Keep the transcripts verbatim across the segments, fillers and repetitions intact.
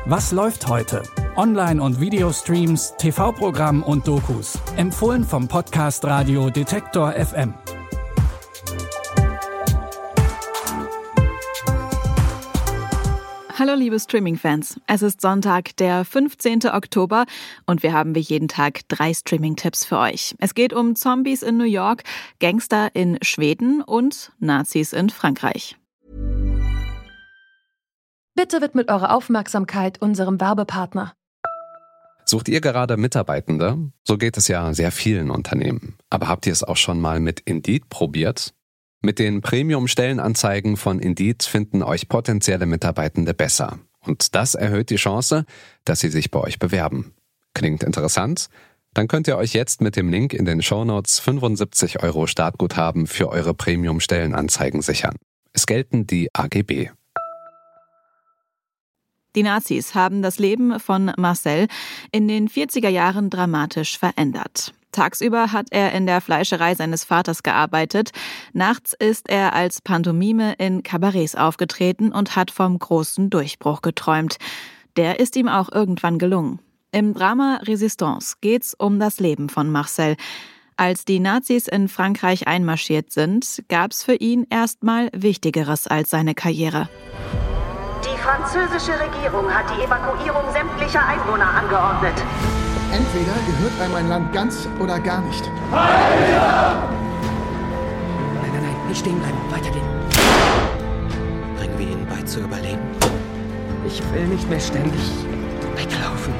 Was läuft heute? Online- und Videostreams, T V-Programm und Dokus. Empfohlen vom Podcast Radio Detektor F M. Hallo liebe Streaming-Fans, es ist Sonntag, der fünfzehnten Oktober und wir haben wie jeden Tag drei Streaming-Tipps für euch. Es geht um Zombies in New York, Gangster in Schweden und Nazis in Frankreich. Bitte widmet eure Aufmerksamkeit unserem Werbepartner. Sucht ihr gerade Mitarbeitende? So geht es ja sehr vielen Unternehmen. Aber habt ihr es auch schon mal mit Indeed probiert? Mit den Premium-Stellenanzeigen von Indeed finden euch potenzielle Mitarbeitende besser. Und das erhöht die Chance, dass sie sich bei euch bewerben. Klingt interessant? Dann könnt ihr euch jetzt mit dem Link in den Shownotes fünfundsiebzig Euro Startguthaben für eure Premium-Stellenanzeigen sichern. Es gelten die A G B. Die Nazis haben das Leben von Marcel in den vierziger Jahren dramatisch verändert. Tagsüber hat er in der Fleischerei seines Vaters gearbeitet. Nachts ist er als Pantomime in Kabarets aufgetreten und hat vom großen Durchbruch geträumt. Der ist ihm auch irgendwann gelungen. Im Drama Resistance geht's um das Leben von Marcel. Als die Nazis in Frankreich einmarschiert sind, gab's für ihn erstmal Wichtigeres als seine Karriere. Die französische Regierung hat die Evakuierung sämtlicher Einwohner angeordnet. Entweder gehört einem ein Land ganz oder gar nicht. Heiliger! Nein, nein, nein, nicht stehen bleiben, weitergehen. Bringen wir ihnen bei zu überleben? Ich will nicht mehr ständig weglaufen.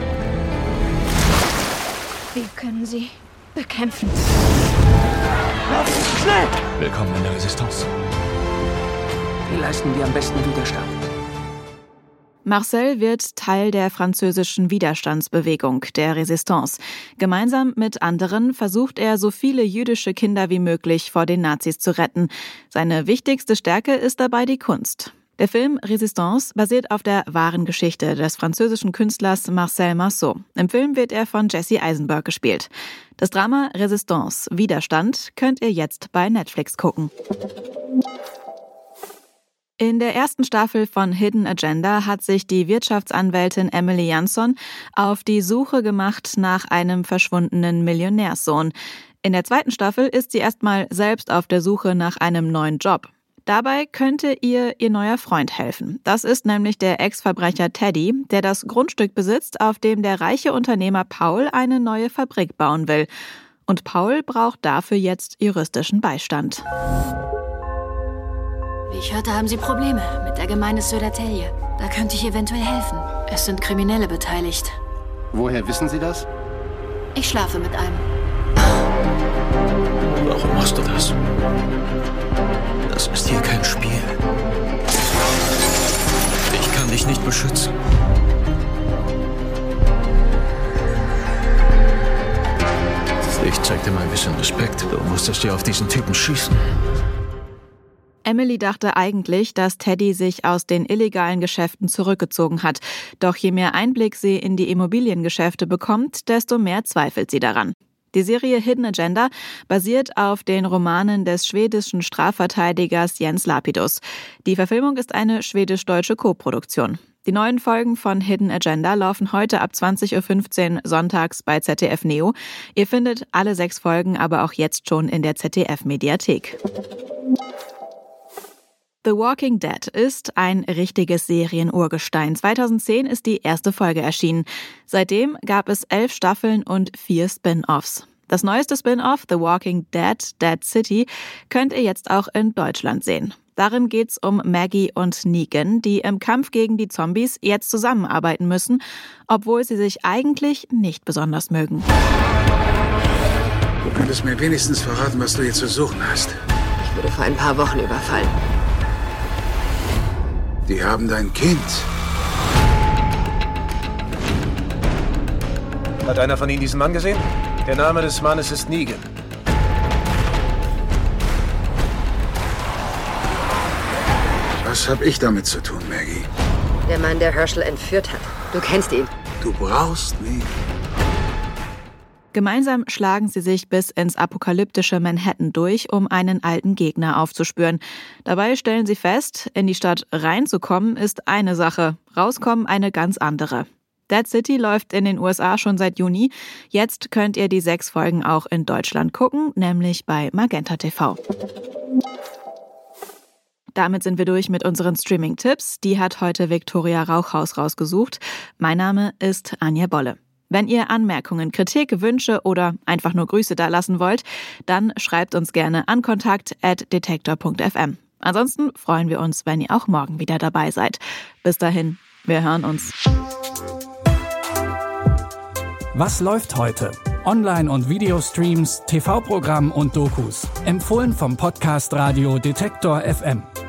Wir können sie bekämpfen. Lauf, schnell! Willkommen in der Resistance. Wie leisten wir am besten Widerstand? Marcel wird Teil der französischen Widerstandsbewegung, der Resistance. Gemeinsam mit anderen versucht er, so viele jüdische Kinder wie möglich vor den Nazis zu retten. Seine wichtigste Stärke ist dabei die Kunst. Der Film Resistance basiert auf der wahren Geschichte des französischen Künstlers Marcel Marceau. Im Film wird er von Jesse Eisenberg gespielt. Das Drama Resistance, Widerstand, könnt ihr jetzt bei Netflix gucken. In der ersten Staffel von Hidden Agenda hat sich die Wirtschaftsanwältin Emily Jansson auf die Suche gemacht nach einem verschwundenen Millionärssohn. In der zweiten Staffel ist sie erstmal selbst auf der Suche nach einem neuen Job. Dabei könnte ihr ihr neuer Freund helfen. Das ist nämlich der Ex-Verbrecher Teddy, der das Grundstück besitzt, auf dem der reiche Unternehmer Paul eine neue Fabrik bauen will. Und Paul braucht dafür jetzt juristischen Beistand. Wie ich hörte, haben Sie Probleme mit der Gemeinde Södertälje. Da könnte ich eventuell helfen. Es sind Kriminelle beteiligt. Woher wissen Sie das? Ich schlafe mit einem. Warum machst du das? Das ist hier kein Spiel. Ich kann dich nicht beschützen. Ich zeig dir mal ein bisschen Respekt. Du musstest ja auf diesen Typen schießen. Emily dachte eigentlich, dass Teddy sich aus den illegalen Geschäften zurückgezogen hat. Doch je mehr Einblick sie in die Immobiliengeschäfte bekommt, desto mehr zweifelt sie daran. Die Serie Hidden Agenda basiert auf den Romanen des schwedischen Strafverteidigers Jens Lapidus. Die Verfilmung ist eine schwedisch-deutsche Koproduktion. Die neuen Folgen von Hidden Agenda laufen heute ab zwanzig Uhr fünfzehn sonntags bei Z D F Neo. Ihr findet alle sechs Folgen aber auch jetzt schon in der Z D F-Mediathek. The Walking Dead ist ein richtiges Serienurgestein. zweitausendzehn ist die erste Folge erschienen. Seitdem gab es elf Staffeln und vier Spin-Offs. Das neueste Spin-Off, The Walking Dead, Dead City, könnt ihr jetzt auch in Deutschland sehen. Darin geht's um Maggie und Negan, die im Kampf gegen die Zombies jetzt zusammenarbeiten müssen, obwohl sie sich eigentlich nicht besonders mögen. Du könntest mir wenigstens verraten, was du hier zu suchen hast. Ich wurde vor ein paar Wochen überfallen. Die haben dein Kind. Hat einer von Ihnen diesen Mann gesehen? Der Name des Mannes ist Negan. Was hab ich damit zu tun, Maggie? Der Mann, der Herschel entführt hat. Du kennst ihn. Du brauchst Negan. Gemeinsam schlagen sie sich bis ins apokalyptische Manhattan durch, um einen alten Gegner aufzuspüren. Dabei stellen sie fest, in die Stadt reinzukommen ist eine Sache, rauskommen eine ganz andere. Dead City läuft in den U S A schon seit Juni. Jetzt könnt ihr die sechs Folgen auch in Deutschland gucken, nämlich bei Magenta T V. Damit sind wir durch mit unseren Streaming-Tipps. Die hat heute Viktoria Rauchhaus rausgesucht. Mein Name ist Anja Bolle. Wenn ihr Anmerkungen, Kritik, Wünsche oder einfach nur Grüße dalassen wollt, dann schreibt uns gerne an kontakt at detektor punkt f m. Ansonsten freuen wir uns, wenn ihr auch morgen wieder dabei seid. Bis dahin, wir hören uns. Was läuft heute? Online- und Videostreams, T V-Programm und Dokus. Empfohlen vom Podcast Radio Detektor F M.